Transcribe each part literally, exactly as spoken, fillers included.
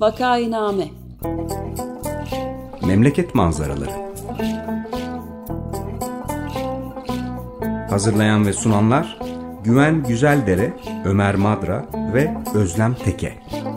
Vakainame. Memleket manzaraları. Hazırlayan ve sunanlar Güven Güzeldere, Ömer Madra ve Özlem Teke.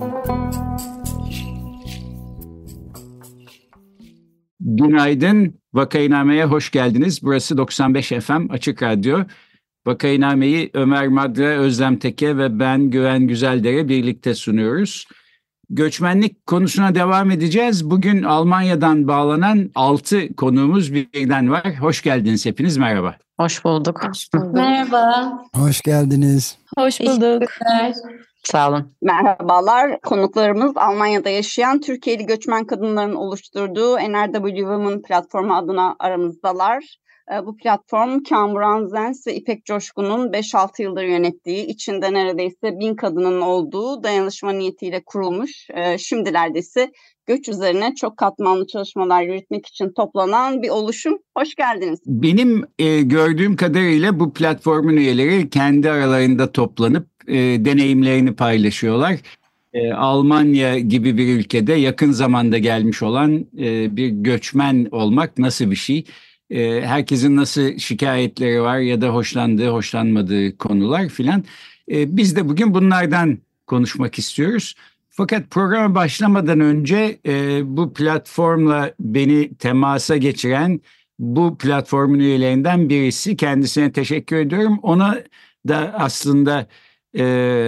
Günaydın, Vakainame'ye hoş geldiniz. Burası doksan beş F M Açık Radyo. Vakainame'yi Ömer Madra, Özlem Teke ve ben Güven Güzeldere birlikte sunuyoruz. Göçmenlik konusuna devam edeceğiz. Bugün Almanya'dan bağlanan altı konuğumuz birden var. Hoş geldiniz hepiniz, merhaba. Hoş bulduk. Hoş bulduk. Merhaba. Hoş geldiniz. Hoş bulduk. Sağ olun. Merhabalar. Konuklarımız Almanya'da yaşayan Türkiye'li göçmen kadınların oluşturduğu N R W Women platformu adına aramızdalar. Bu platform Kamuran Zenz ve İpek Coşkun'un beş altı yıldır yönettiği, içinde neredeyse bin kadının olduğu dayanışma niyetiyle kurulmuş. Şimdilerde ise göç üzerine çok katmanlı çalışmalar yürütmek için toplanan bir oluşum. Hoş geldiniz. Benim e, gördüğüm kadarıyla bu platformun üyeleri kendi aralarında toplanıp e, deneyimlerini paylaşıyorlar. E, Almanya gibi bir ülkede yakın zamanda gelmiş olan e, bir göçmen olmak nasıl bir şey? E, herkesin nasıl şikayetleri var ya da hoşlandığı, hoşlanmadığı konular filan. E, biz de bugün bunlardan konuşmak istiyoruz. Fakat programa başlamadan önce e, bu platformla beni temasa geçiren bu platformun üyelerinden birisi. Kendisine teşekkür ediyorum. Ona da aslında e,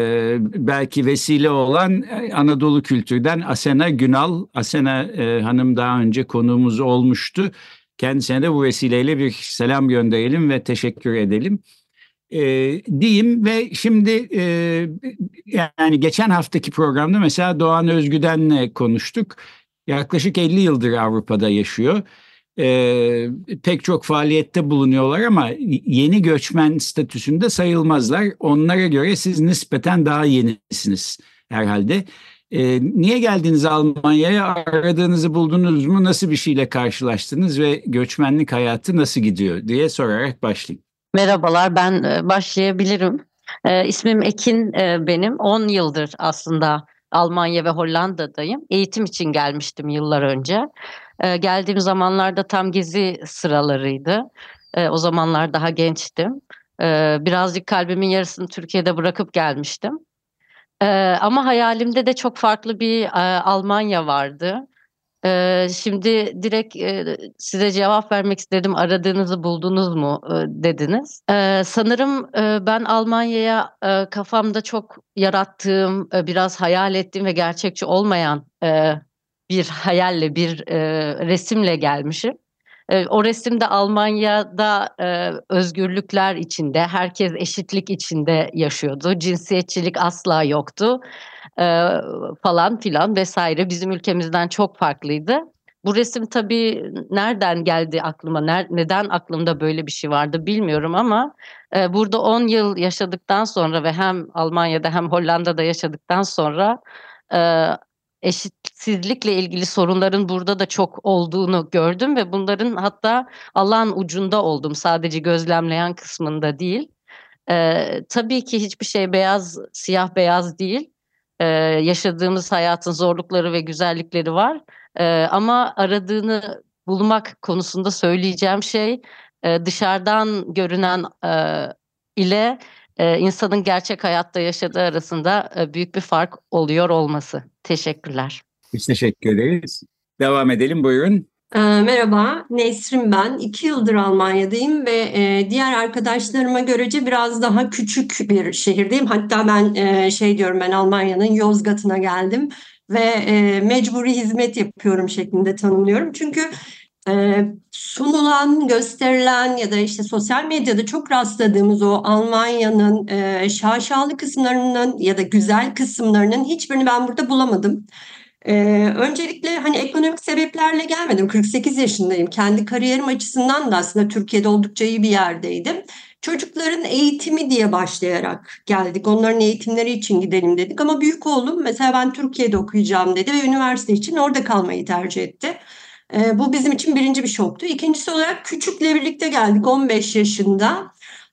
belki vesile olan Anadolu Kültür'den Asena Günal. Asena e, Hanım daha önce konuğumuz olmuştu. Kendisine de bu vesileyle bir selam gönderelim ve teşekkür edelim. E, diyeyim ve şimdi e, yani geçen haftaki programda mesela Doğan Özgüden'le konuştuk. Yaklaşık elli yıldır Avrupa'da yaşıyor. E, pek çok faaliyette bulunuyorlar ama yeni göçmen statüsünde sayılmazlar. Onlara göre siz nispeten daha yenisiniz herhalde. E, niye geldiniz Almanya'ya? Aradığınızı buldunuz mu? Nasıl bir şeyle karşılaştınız ve göçmenlik hayatı nasıl gidiyor diye sorarak başlayayım. Merhabalar, ben başlayabilirim. Ee, ismim Ekin e, benim. on yıldır aslında Almanya ve Hollanda'dayım. Eğitim için gelmiştim yıllar önce. Ee, geldiğim zamanlarda tam gezi sıralarıydı. Ee, o zamanlar daha gençtim. Ee, birazcık kalbimin yarısını Türkiye'de bırakıp gelmiştim. Ee, ama hayalimde de çok farklı bir e, Almanya vardı. Ee, şimdi direkt e, size cevap vermek istedim. Aradığınızı buldunuz mu e, dediniz. Ee, sanırım e, ben Almanya'ya e, kafamda çok yarattığım, e, biraz hayal ettiğim ve gerçekçi olmayan e, bir hayalle, bir e, resimle gelmişim. E, o resimde Almanya'da e, özgürlükler içinde, herkes eşitlik içinde yaşıyordu. Cinsiyetçilik asla yoktu. Ee, falan filan vesaire, bizim ülkemizden çok farklıydı. Bu resim tabii nereden geldi aklıma, ner- neden aklımda böyle bir şey vardı bilmiyorum ama e, burada on yıl yaşadıktan sonra ve hem Almanya'da hem Hollanda'da yaşadıktan sonra e, eşitsizlikle ilgili sorunların burada da çok olduğunu gördüm ve bunların hatta Allah'ın ucunda oldum, sadece gözlemleyen kısmında değil. E, tabii ki hiçbir şey beyaz, siyah beyaz değil. Ee, yaşadığımız hayatın zorlukları ve güzellikleri var. Ee, ama aradığını bulmak konusunda söyleyeceğim şey e, dışarıdan görünen e, ile e, insanın gerçek hayatta yaşadığı arasında e, büyük bir fark oluyor olması. Teşekkürler. Biz teşekkür ederiz. Devam edelim, buyurun. Ee, merhaba, Nesrin ben. İki yıldır Almanya'dayım ve e, diğer arkadaşlarıma görece biraz daha küçük bir şehirdeyim. Hatta ben e, şey diyorum, ben Almanya'nın Yozgat'ına geldim ve e, mecburi hizmet yapıyorum şeklinde tanımlıyorum. Çünkü e, sunulan, gösterilen ya da işte sosyal medyada çok rastladığımız o Almanya'nın e, şaşalı kısımlarının ya da güzel kısımlarının hiçbirini ben burada bulamadım. Ee, öncelikle hani ekonomik sebeplerle gelmedim. kırk sekiz yaşındayım. Kendi kariyerim açısından da aslında Türkiye'de oldukça iyi bir yerdeydim. Çocukların eğitimi diye başlayarak geldik. Onların eğitimleri için gidelim dedik. Ama büyük oğlum mesela ben Türkiye'de okuyacağım dedi ve üniversite için orada kalmayı tercih etti. Ee, bu bizim için birinci bir şoktu. İkincisi olarak küçükle birlikte geldik, on beş yaşında.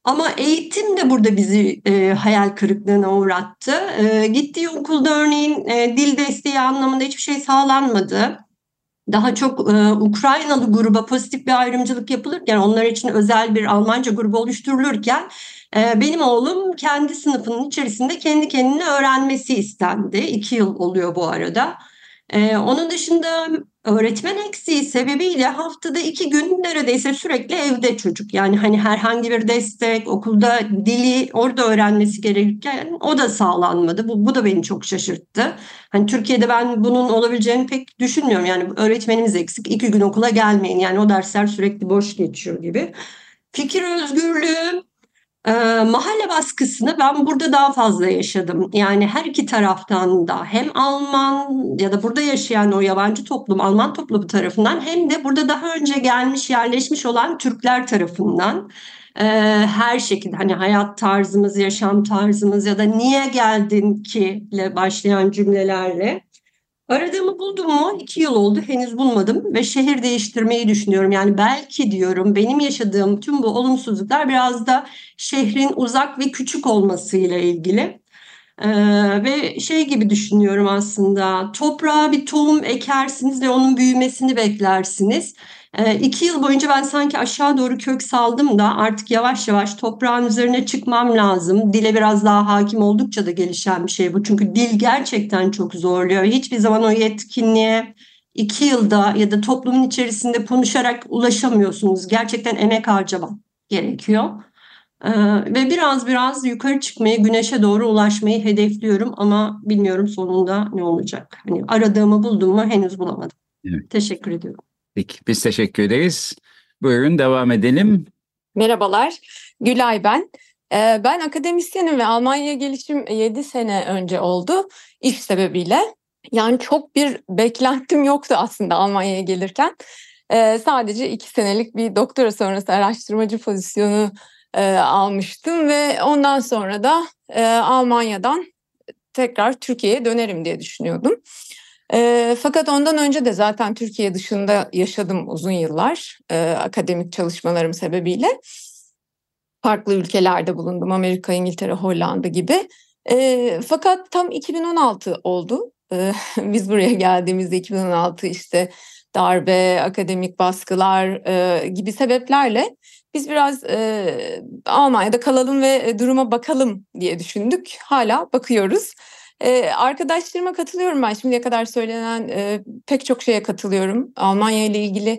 Ama eğitim de burada bizi e, hayal kırıklığına uğrattı. E, gittiği okulda örneğin e, dil desteği anlamında hiçbir şey sağlanmadı. Daha çok e, Ukraynalı gruba pozitif bir ayrımcılık yapılırken, onlar için özel bir Almanca grubu oluşturulurken e, benim oğlum kendi sınıfının içerisinde kendi kendine öğrenmesi istendi. İki yıl oluyor bu arada. E, onun dışında öğretmen eksiği sebebiyle haftada iki gün neredeyse sürekli evde çocuk. Yani hani herhangi bir destek, okulda dili orada öğrenmesi gerekirken o da sağlanmadı. Bu, bu da beni çok şaşırttı. Hani Türkiye'de ben bunun olabileceğini pek düşünmüyorum. Yani öğretmenimiz eksik, iki gün okula gelmeyin. Yani o dersler sürekli boş geçiyor gibi. Fikir özgürlüğü, e, mahalle baskısını ben burada daha fazla yaşadım. Yani her iki taraftan da, hem Alman ya da burada yaşayan o yabancı toplum, Alman toplumu tarafından, hem de burada daha önce gelmiş, yerleşmiş olan Türkler tarafından. E, her şekilde hani hayat tarzımız, yaşam tarzımız ya da niye geldin ki ile başlayan cümlelerle. Aradığımı buldum mu? İki yıl oldu, henüz bulmadım ve şehir değiştirmeyi düşünüyorum. Yani belki diyorum benim yaşadığım tüm bu olumsuzluklar biraz da şehrin uzak ve küçük olmasıyla ilgili. Ee, ve şey gibi düşünüyorum aslında, toprağa bir tohum ekersiniz ve onun büyümesini beklersiniz. Ee, iki yıl boyunca ben sanki aşağı doğru kök saldım da artık yavaş yavaş toprağın üzerine çıkmam lazım. Dile biraz daha hakim oldukça da gelişen bir şey bu. Çünkü dil gerçekten çok zorluyor. Hiçbir zaman o yetkinliğe iki yılda ya da toplumun içerisinde konuşarak ulaşamıyorsunuz. Gerçekten emek harcamak gerekiyor. Ee, ve biraz biraz yukarı çıkmayı, güneşe doğru ulaşmayı hedefliyorum ama bilmiyorum sonunda ne olacak. Hani aradığımı buldum mu henüz bulamadım. Evet. Teşekkür ediyorum. Peki, biz teşekkür ederiz. Buyurun devam edelim. Merhabalar, Gülay ben. Ee, ben akademisyenim ve Almanya'ya gelişim yedi sene önce oldu iş sebebiyle. Yani çok bir beklentim yoktu aslında Almanya'ya gelirken. Ee, sadece iki senelik bir doktora sonrası araştırmacı pozisyonu e, almıştım ve ondan sonra da e, Almanya'dan tekrar Türkiye'ye dönerim diye düşünüyordum. E, fakat ondan önce de zaten Türkiye dışında yaşadım uzun yıllar e, akademik çalışmalarım sebebiyle. Farklı ülkelerde bulundum, Amerika, İngiltere, Hollanda gibi. E, fakat tam iki bin on altı oldu. E, biz buraya geldiğimizde iki bin on altı işte darbe, akademik baskılar e, gibi sebeplerle biz biraz e, Almanya'da kalalım ve duruma bakalım diye düşündük. Hala bakıyoruz. Ee, arkadaşlarıma katılıyorum ben. Şimdiye kadar söylenen e, pek çok şeye katılıyorum. Almanya ile ilgili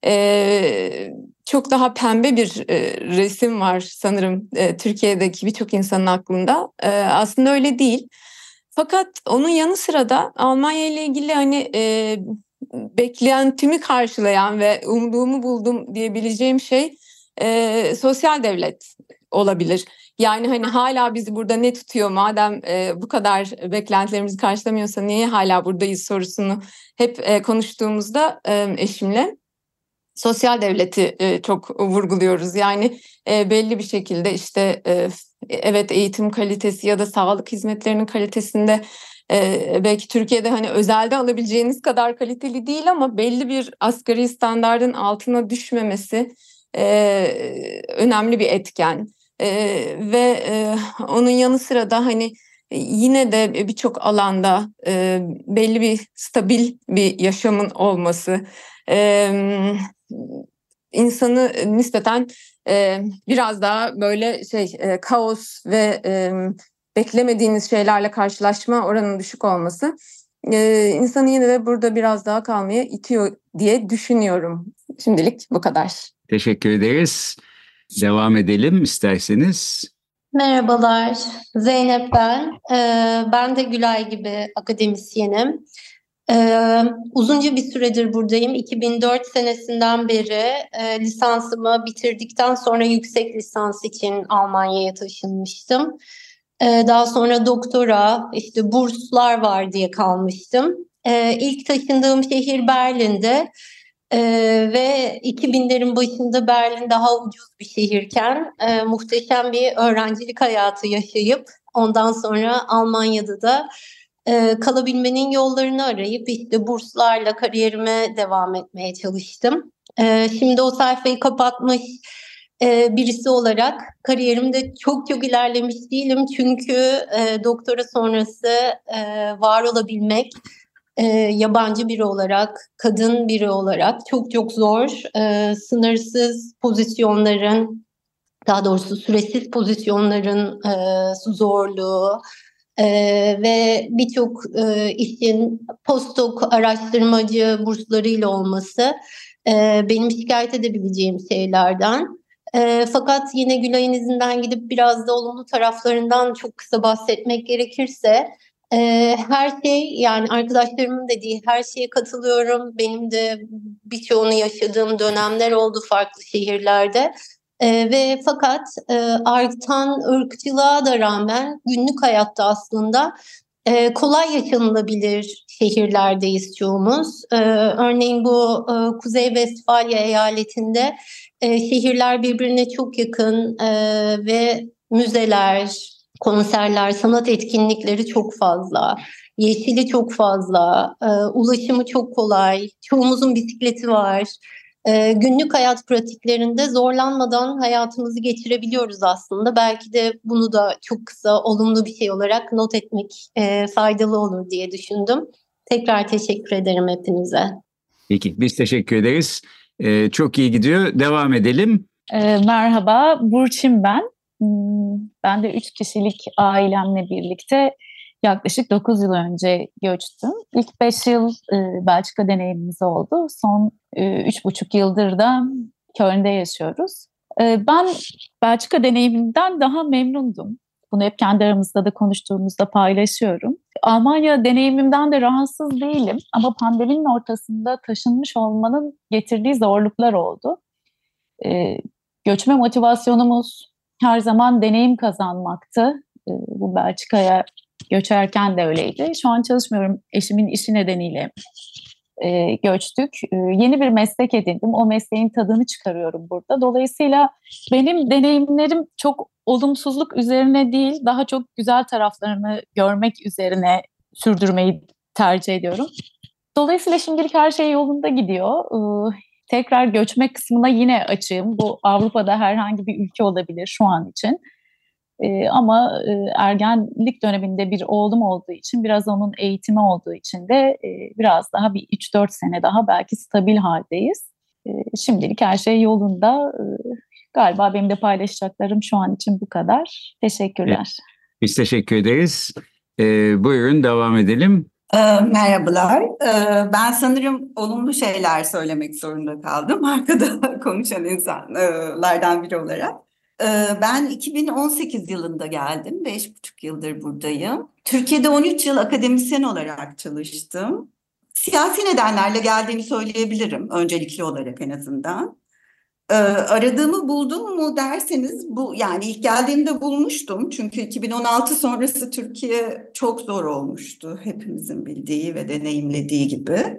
e, çok daha pembe bir e, resim var sanırım e, Türkiye'deki birçok insanın aklında. E, aslında öyle değil. Fakat onun yanı sıra da Almanya ile ilgili hani e, beklentimi karşılayan ve umduğumu buldum diyebileceğim şey e, sosyal devlet olabilir. Yani hani hala bizi burada ne tutuyor madem e, bu kadar beklentilerimizi karşılamıyorsa niye hala buradayız sorusunu hep e, konuştuğumuzda e, eşimle sosyal devleti e, çok vurguluyoruz. Yani e, belli bir şekilde işte e, evet eğitim kalitesi ya da sağlık hizmetlerinin kalitesinde e, belki Türkiye'de hani özelde alabileceğiniz kadar kaliteli değil ama belli bir asgari standardın altına düşmemesi e, önemli bir etken. Ee, ve e, onun yanı sıra da hani yine de birçok alanda e, belli bir stabil bir yaşamın olması e, insanı nispeten e, biraz daha böyle şey e, kaos ve e, beklemediğiniz şeylerle karşılaşma oranının düşük olması e, insanı yine de burada biraz daha kalmaya itiyor diye düşünüyorum. Şimdilik bu kadar. Teşekkür ederiz. Devam edelim isterseniz. Merhabalar, Zeynep ben. Ee, ben de Gülay gibi akademisyenim. Ee, uzunca bir süredir buradayım. iki bin dört senesinden beri e, lisansımı bitirdikten sonra yüksek lisans için Almanya'ya taşınmıştım. Ee, daha sonra doktora, işte burslar var diye kalmıştım. Ee, ilk taşındığım şehir Berlin'de. Ee, ve iki binlerin başında Berlin daha ucuz bir şehirken e, muhteşem bir öğrencilik hayatı yaşayıp ondan sonra Almanya'da da e, kalabilmenin yollarını arayıp işte burslarla kariyerime devam etmeye çalıştım. E, şimdi o sayfayı kapatmış e, birisi olarak kariyerimde çok çok ilerlemiş değilim. Çünkü e, doktora sonrası e, var olabilmek e, yabancı biri olarak, kadın biri olarak çok çok zor. E, sınırsız pozisyonların, daha doğrusu süresiz pozisyonların e, zorluğu e, ve birçok e, işin postdoc araştırmacı burslarıyla olması e, benim şikayet edebileceğim şeylerden. E, fakat yine Gülay'ın izinden gidip biraz da olumlu taraflarından çok kısa bahsetmek gerekirse, e, her şey, yani arkadaşlarımın dediği her şeye katılıyorum. Benim de birçoğunu yaşadığım dönemler oldu farklı şehirlerde. Ee, ve fakat e, artan ırkçılığa da rağmen günlük hayatta aslında e, kolay yaşanılabilir şehirlerdeyiz çoğumuz. Ee, örneğin bu e, Kuzey Westfalia eyaletinde e, şehirler birbirine çok yakın e, ve müzeler, konserler, sanat etkinlikleri çok fazla. Yeşili çok fazla, e, ulaşımı çok kolay, çoğumuzun bisikleti var. E, günlük hayat pratiklerinde zorlanmadan hayatımızı geçirebiliyoruz aslında. Belki de bunu da çok kısa olumlu bir şey olarak not etmek e, faydalı olur diye düşündüm. Tekrar teşekkür ederim hepinize. Peki, biz teşekkür ederiz. Ee, çok iyi gidiyor. Devam edelim. E, merhaba, Burçin ben. Ben de üç kişilik ailemle birlikte yaklaşık dokuz yıl önce göçtüm. İlk beş yıl e, Belçika deneyimimiz oldu. Son e, üç buçuk yıldır da Köln'de yaşıyoruz. E, ben Belçika deneyimimden daha memnundum. Bunu hep kendi aramızda da konuştuğumuzda paylaşıyorum. Almanya deneyimimden de rahatsız değilim. Ama pandeminin ortasında taşınmış olmanın getirdiği zorluklar oldu. E, göçme motivasyonumuz her zaman deneyim kazanmaktı. E, bu Belçika'ya göçerken de öyleydi. Şu an çalışmıyorum. Eşimin işi nedeniyle e, göçtük. E, yeni bir meslek edindim. O mesleğin tadını çıkarıyorum burada. Dolayısıyla benim deneyimlerim çok olumsuzluk üzerine değil, daha çok güzel taraflarını görmek üzerine sürdürmeyi tercih ediyorum. Dolayısıyla şimdilik her şey yolunda gidiyor. E, tekrar göçme kısmına yine açığım. Bu Avrupa'da herhangi bir ülke olabilir şu an için. Ee, ama e, ergenlik döneminde bir oğlum olduğu için, biraz onun eğitimi olduğu için de e, biraz daha bir üç dört sene daha belki stabil haldeyiz. E, şimdilik her şey yolunda. E, galiba benim de paylaşacaklarım şu an için bu kadar. Teşekkürler. Evet, biz teşekkür ederiz. E, buyurun devam edelim. E, merhabalar. E, ben sanırım olumlu şeyler söylemek zorunda kaldım arkada konuşan insanlardan biri olarak. Ben iki bin on sekiz yılında geldim. Beş buçuk yıldır buradayım. Türkiye'de on üç yıl akademisyen olarak çalıştım. Siyasi nedenlerle geldiğimi söyleyebilirim. Öncelikli olarak en azından. Aradığımı buldum mu derseniz, bu yani ilk geldiğimde bulmuştum. Çünkü iki bin on altı sonrası Türkiye çok zor olmuştu. Hepimizin bildiği ve deneyimlediği gibi.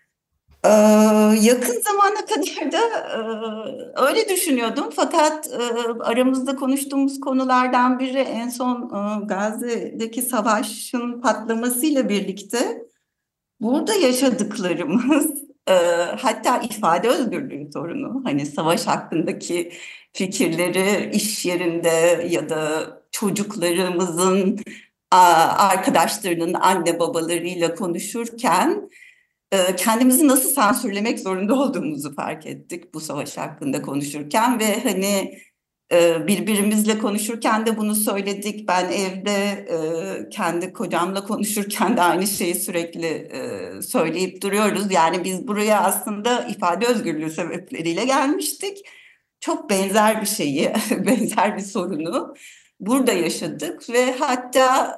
Ee, yakın zamana kadar da e, öyle düşünüyordum. Fakat e, aramızda konuştuğumuz konulardan biri en son e, Gazze'deki savaşın patlamasıyla birlikte burada yaşadıklarımız, e, hatta ifade özgürlüğü sorunu, hani savaş hakkındaki fikirleri iş yerinde ya da çocuklarımızın a, arkadaşlarının anne babalarıyla konuşurken kendimizi nasıl sansürlemek zorunda olduğumuzu fark ettik bu savaş hakkında konuşurken ve hani birbirimizle konuşurken de bunu söyledik. Ben evde kendi kocamla konuşurken de aynı şeyi sürekli söyleyip duruyoruz. Yani biz buraya aslında ifade özgürlüğü sebepleriyle gelmiştik. Çok benzer bir şeyi, benzer bir sorunu burada yaşadık ve hatta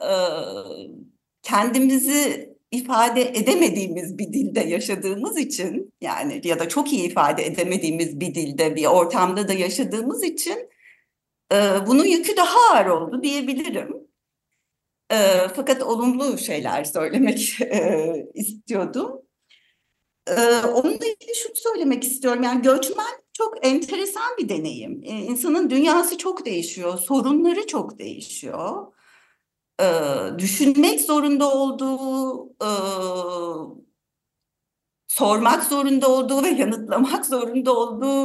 kendimizi ifade edemediğimiz bir dilde yaşadığımız için, yani ya da çok iyi ifade edemediğimiz bir dilde, bir ortamda da yaşadığımız için e, bunun yükü daha ağır oldu diyebilirim. E, fakat olumlu şeyler söylemek e, istiyordum. E, onunla ilgili şunu söylemek istiyorum. Yani göçmen çok enteresan bir deneyim. E, insanın dünyası çok değişiyor, sorunları çok değişiyor. Ee, düşünmek zorunda olduğu, e, sormak zorunda olduğu ve yanıtlamak zorunda olduğu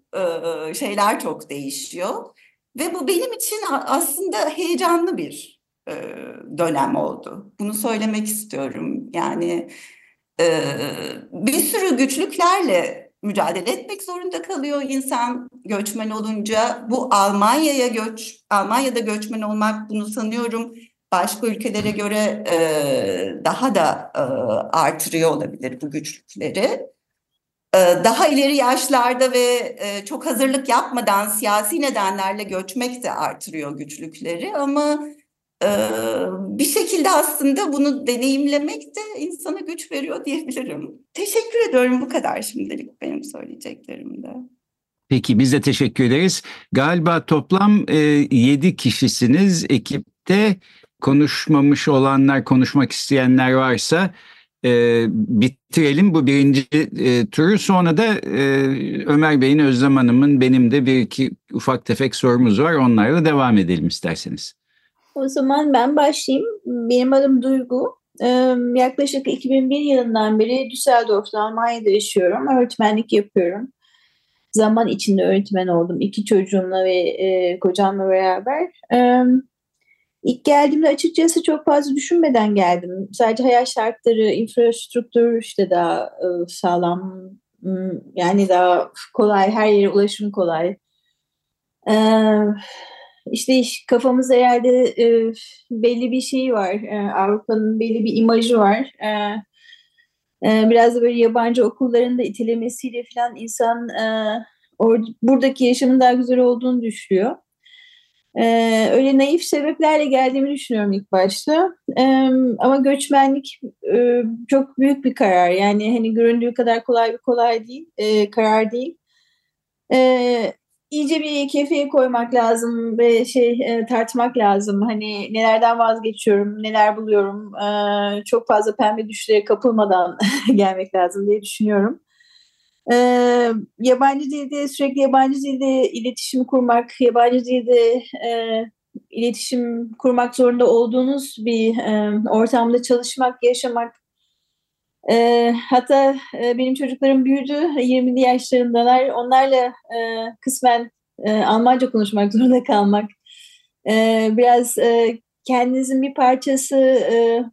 e, şeyler çok değişiyor. Ve bu benim için aslında heyecanlı bir e, dönem oldu. Bunu söylemek istiyorum. Yani e, bir sürü güçlüklerle mücadele etmek zorunda kalıyor insan göçmen olunca. Bu Almanya'ya göç, Almanya'da göçmen olmak, bunu sanıyorum başka ülkelere göre e, daha da e, artırıyor olabilir bu güçlükleri. E, daha ileri yaşlarda ve e, çok hazırlık yapmadan siyasi nedenlerle göçmek de artırıyor güçlükleri. Ama e, bir şekilde aslında bunu deneyimlemek de insana güç veriyor diyebilirim. Teşekkür ediyorum, bu kadar şimdilik benim söyleyeceklerim de. Peki biz de teşekkür ederiz. Galiba toplam e, yedi kişisiniz ekipte. Konuşmamış olanlar, konuşmak isteyenler varsa e, bitirelim bu birinci e, turu. Sonra da e, Ömer Bey'in, Özlem Hanım'ın, benim de bir iki ufak tefek sorumuz var. Onlarla devam edelim isterseniz. O zaman ben başlayayım. Benim adım Duygu. Ee, yaklaşık iki bin bir yılından beri Düsseldorf'ta, Almanya'da yaşıyorum. Öğretmenlik yapıyorum. Zaman içinde öğretmen oldum. İki çocuğumla ve e, kocamla beraber. Ee, ilk geldiğimde açıkçası çok fazla düşünmeden geldim. Sadece hayat şartları, infrastruktür işte daha e, sağlam, yani daha kolay, her yere ulaşım kolay. Ee, işte kafamızda herhalde e, belli bir şey var. E, Avrupa'nın belli bir imajı var. E, e, biraz da böyle yabancı okulların da itilemesiyle falan insan e, or- buradaki yaşamın daha güzel olduğunu düşünüyor. Ee, öyle naif sebeplerle geldiğimi düşünüyorum ilk başta. Ee, ama göçmenlik e, çok büyük bir karar. Yani hani göründüğü kadar kolay bir kolay değil, e, karar değil. Ee, iyice bir kefeye koymak lazım ve şey e, tartmak lazım. Hani nelerden vazgeçiyorum, neler buluyorum. Ee, çok fazla pembe düşlere kapılmadan gelmek lazım diye düşünüyorum. Ee, yabancı dilde sürekli yabancı dilde iletişim kurmak, yabancı dilde e, iletişim kurmak zorunda olduğunuz bir e, ortamda çalışmak, yaşamak. E, hatta e, benim çocuklarım büyüdü, yirmili yaşlarındalar. Onlarla e, kısmen e, Almanca konuşmak zorunda kalmak. E, biraz e, kendinizin bir parçasını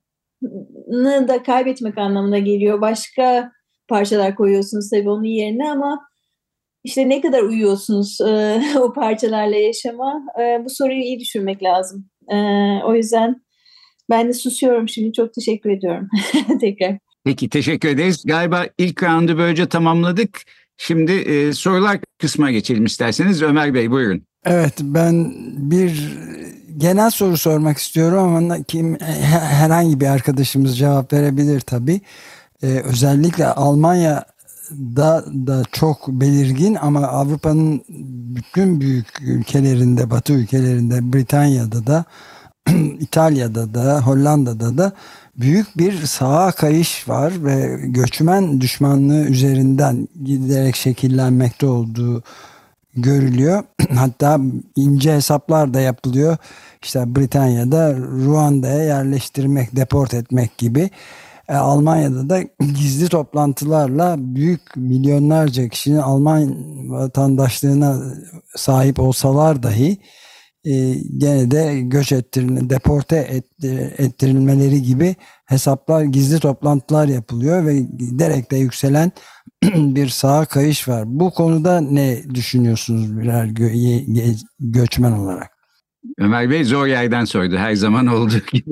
da kaybetmek anlamına geliyor. Başka parçalar koyuyorsunuz tabii onun yerine ama işte ne kadar uyuyorsunuz e, o parçalarla yaşama, e, bu soruyu iyi düşünmek lazım. E, o yüzden ben de susuyorum şimdi. Çok teşekkür ediyorum tekrar. Peki teşekkür ederiz. Galiba ilk roundu böylece tamamladık. Şimdi e, sorular kısmına geçelim isterseniz. Ömer Bey buyurun. Evet, ben bir genel soru sormak istiyorum ama kim herhangi bir arkadaşımız cevap verebilir tabii. Ee, özellikle Almanya'da da çok belirgin ama Avrupa'nın bütün büyük ülkelerinde, Batı ülkelerinde, Britanya'da da, İtalya'da da, Hollanda'da da büyük bir sağa kayış var ve göçmen düşmanlığı üzerinden giderek şekillenmekte olduğu görülüyor. Hatta ince hesaplar da yapılıyor. İşte Britanya'da Ruanda'ya yerleştirmek, deport etmek gibi. E, Almanya'da da gizli toplantılarla büyük milyonlarca kişinin Alman vatandaşlığına sahip olsalar dahi e, gene de göç ettirilme, deporte ettir, ettirilmeleri gibi hesaplar, gizli toplantılar yapılıyor ve giderek de yükselen bir sağa kayış var. Bu konuda ne düşünüyorsunuz birer gö- gö- göçmen olarak? Ömer Bey zor yerden sordu her zaman olduğu gibi.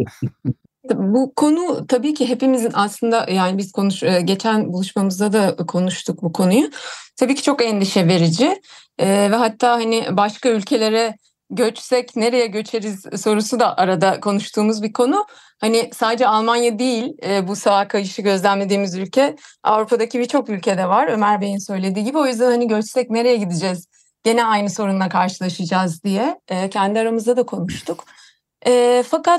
Bu konu tabii ki hepimizin aslında, yani biz konuş geçen buluşmamızda da konuştuk bu konuyu. Tabii ki çok endişe verici ee, ve hatta hani başka ülkelere göçsek nereye göçeriz sorusu da arada konuştuğumuz bir konu. Hani sadece Almanya değil e, bu sağa kayışı gözlemlediğimiz ülke, Avrupa'daki birçok ülkede var Ömer Bey'in söylediği gibi. O yüzden hani göçsek nereye gideceğiz? Gene aynı sorunla karşılaşacağız diye e, kendi aramızda da konuştuk. E, fakat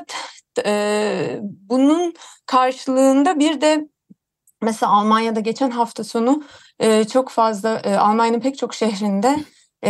e, bunun karşılığında bir de mesela Almanya'da geçen hafta sonu e, çok fazla e, Almanya'nın pek çok şehrinde e,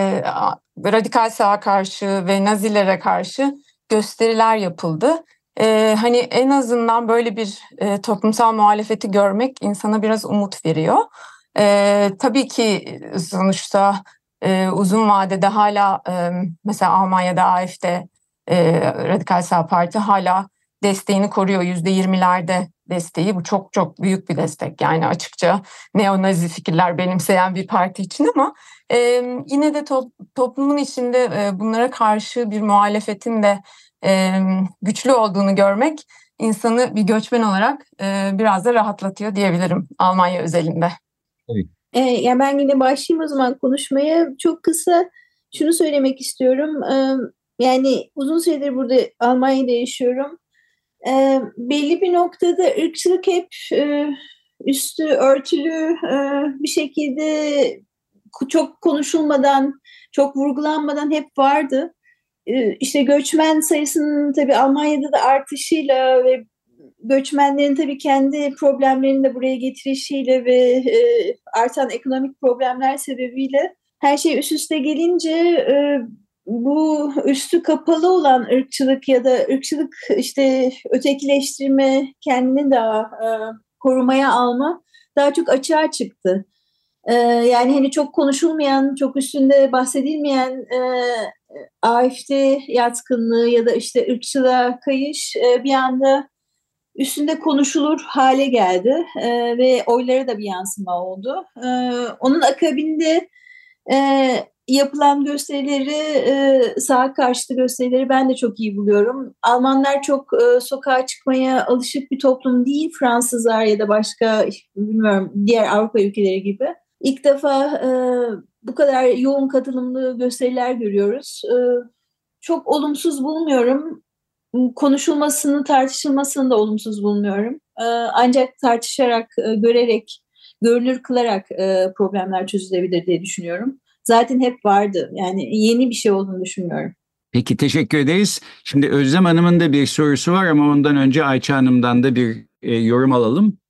radikal sağa karşı ve Nazilere karşı gösteriler yapıldı. E, hani en azından böyle bir e, toplumsal muhalefeti görmek insana biraz umut veriyor. E, tabii ki sonuçta e, uzun vadede hala e, mesela Almanya'da A F D, e, Radikal Sağ Parti hala desteğini koruyor. yüzde yirmilerde desteği. Bu çok çok büyük bir destek. Yani açıkça neonazi fikirler benimseyen bir parti için ama e, yine de to- toplumun içinde e, bunlara karşı bir muhalefetin de e, güçlü olduğunu görmek insanı bir göçmen olarak e, biraz da rahatlatıyor diyebilirim Almanya özelinde. Evet. E, yani ben yine başlayayım o zaman konuşmaya. Çok kısa şunu söylemek istiyorum. E, yani uzun süredir burada Almanya'da yaşıyorum. E, belli bir noktada ırkçılık hep e, üstü örtülü e, bir şekilde çok konuşulmadan, çok vurgulanmadan hep vardı. E, işte göçmen sayısının tabii Almanya'da da artışıyla ve göçmenlerin tabii kendi problemlerini de buraya getirişiyle ve e, artan ekonomik problemler sebebiyle her şey üst üste gelince e, bu üstü kapalı olan ırkçılık ya da ırkçılık işte ötekileştirme, kendini daha e, korumaya alma daha çok açığa çıktı. E, yani hani çok konuşulmayan, çok üstünde bahsedilmeyen e, A F D yatkınlığı ya da işte ırkçılığa kayış e, bir anda üstünde konuşulur hale geldi e, ve oylara da bir yansıma oldu. E, onun akabinde e, yapılan gösterileri, e, sağa karşıtı gösterileri ben de çok iyi buluyorum. Almanlar çok e, sokağa çıkmaya alışık bir toplum değil, Fransızlar ya da başka bilmiyorum diğer Avrupa ülkeleri gibi. İlk defa e, bu kadar yoğun katılımlı gösteriler görüyoruz. E, çok olumsuz bulmuyorum. Konuşulmasını, tartışılmasını da olumsuz bulmuyorum. Ee, ancak tartışarak, e, görerek, görünür kılarak e, problemler çözülebilir diye düşünüyorum. Zaten hep vardı. Yani yeni bir şey olduğunu düşünmüyorum. Peki, teşekkür ederiz. Şimdi Özlem Hanım'ın da bir sorusu var ama ondan önce Ayça Hanım'dan da bir e, yorum alalım.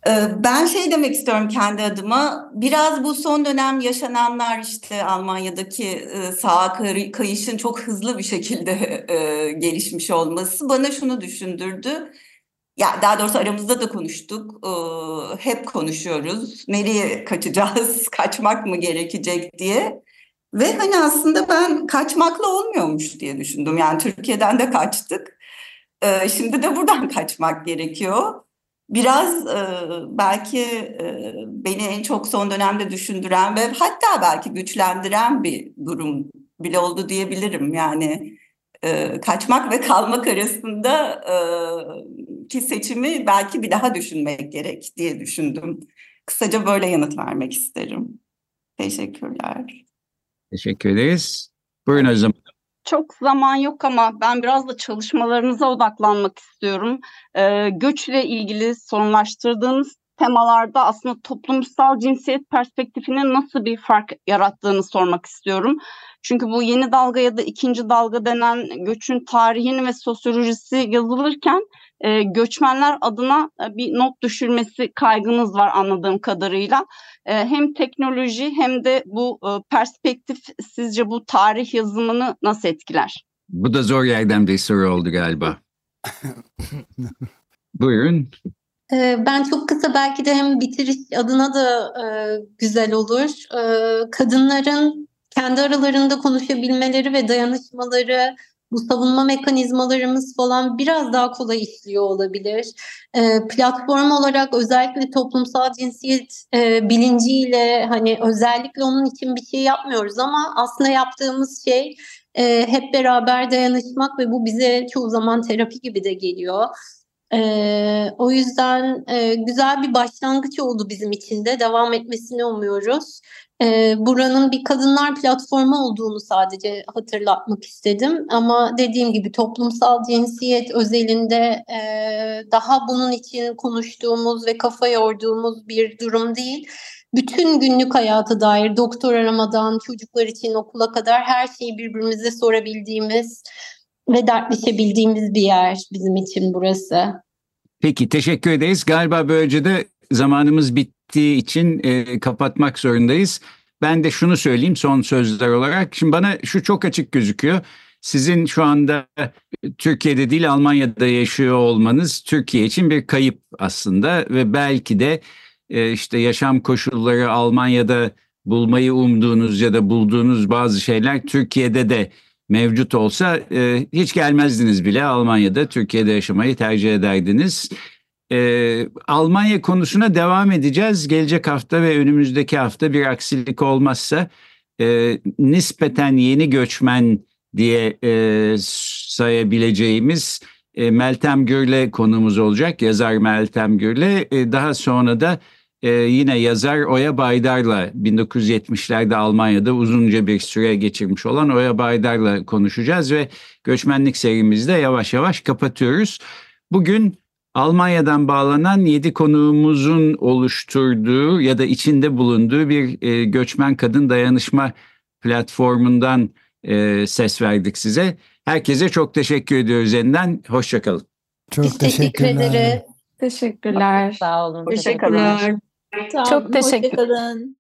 Ben şey demek istiyorum kendi adıma, biraz bu son dönem yaşananlar işte Almanya'daki sağa kayışın çok hızlı bir şekilde gelişmiş olması bana şunu düşündürdü. Ya daha doğrusu aramızda da konuştuk, hep konuşuyoruz, nereye kaçacağız, kaçmak mı gerekecek diye. Ve hani aslında ben kaçmakla olmuyormuş diye düşündüm. Yani Türkiye'den de kaçtık, şimdi de buradan kaçmak gerekiyor. Biraz e, belki e, beni en çok son dönemde düşündüren ve hatta belki güçlendiren bir durum bile oldu diyebilirim. Yani e, kaçmak ve kalmak arasında e, ki seçimi belki bir daha düşünmek gerek diye düşündüm. Kısaca böyle yanıt vermek isterim. Teşekkürler. Teşekkür ederiz. Buyurun Özlem. Çok zaman yok ama ben biraz da çalışmalarınıza odaklanmak istiyorum. Ee, göçle ilgili sorunlaştırdığınız temalarda aslında toplumsal cinsiyet perspektifinin nasıl bir fark yarattığını sormak istiyorum. Çünkü bu yeni dalga ya da ikinci dalga denen göçün tarihini ve sosyolojisi yazılırken e, göçmenler adına bir not düşürmesi kaygınız var anladığım kadarıyla. E, hem teknoloji hem de bu e, perspektif sizce bu tarih yazımını nasıl etkiler? Bu da zor yerden bir soru oldu galiba. Buyurun. Ben çok kısa belki de hem bitiriş adına da e, güzel olur. E, kadınların kendi aralarında konuşabilmeleri ve dayanışmaları, bu savunma mekanizmalarımız falan biraz daha kolay işliyor olabilir. E, platform olarak özellikle toplumsal cinsiyet e, bilinciyle hani özellikle onun için bir şey yapmıyoruz ama aslında yaptığımız şey e, hep beraber dayanışmak ve bu bize çoğu zaman terapi gibi de geliyor. Ee, o yüzden e, güzel bir başlangıç oldu bizim için de. Devam etmesini umuyoruz. Ee, buranın bir kadınlar platformu olduğunu sadece hatırlatmak istedim. Ama dediğim gibi toplumsal cinsiyet özelinde e, daha bunun için konuştuğumuz ve kafa yorduğumuz bir durum değil. Bütün günlük hayata dair doktor aramadan çocuklar için okula kadar her şeyi birbirimize sorabildiğimiz ve dertleşebildiğimiz bir yer bizim için burası. Peki, teşekkür ederiz. Galiba böylece de zamanımız bittiği için e, kapatmak zorundayız. Ben de şunu söyleyeyim son sözler olarak. Şimdi bana şu çok açık gözüküyor. Sizin şu anda Türkiye'de değil Almanya'da yaşıyor olmanız Türkiye için bir kayıp aslında ve belki de e, işte yaşam koşulları, Almanya'da bulmayı umduğunuz ya da bulduğunuz bazı şeyler Türkiye'de de mevcut olsa e, hiç gelmezdiniz bile. Almanya'da, Türkiye'de yaşamayı tercih ederdiniz. E, Almanya konusuna devam edeceğiz. Gelecek hafta ve önümüzdeki hafta bir aksilik olmazsa e, nispeten yeni göçmen diye e, sayabileceğimiz e, Meltem Gür'le konumuz olacak. Yazar Meltem Gür'le. E, daha sonra da e, yine yazar Oya Baydar'la bin dokuz yüz yetmişlerde Almanya'da uzunca bir süre geçirmiş olan Oya Baydar'la konuşacağız ve göçmenlik serimizde yavaş yavaş kapatıyoruz. Bugün Almanya'dan bağlanan yedi konuğumuzun oluşturduğu ya da içinde bulunduğu bir e, göçmen kadın dayanışma platformundan e, ses verdik size. Herkese çok teşekkür ediyoruz yeniden. Hoşçakalın. Çok Biz teşekkür ederiz. Teşekkürler. Sağ olun. Teşekkürler. Tamam, Çok teşekkür hoşçakalın.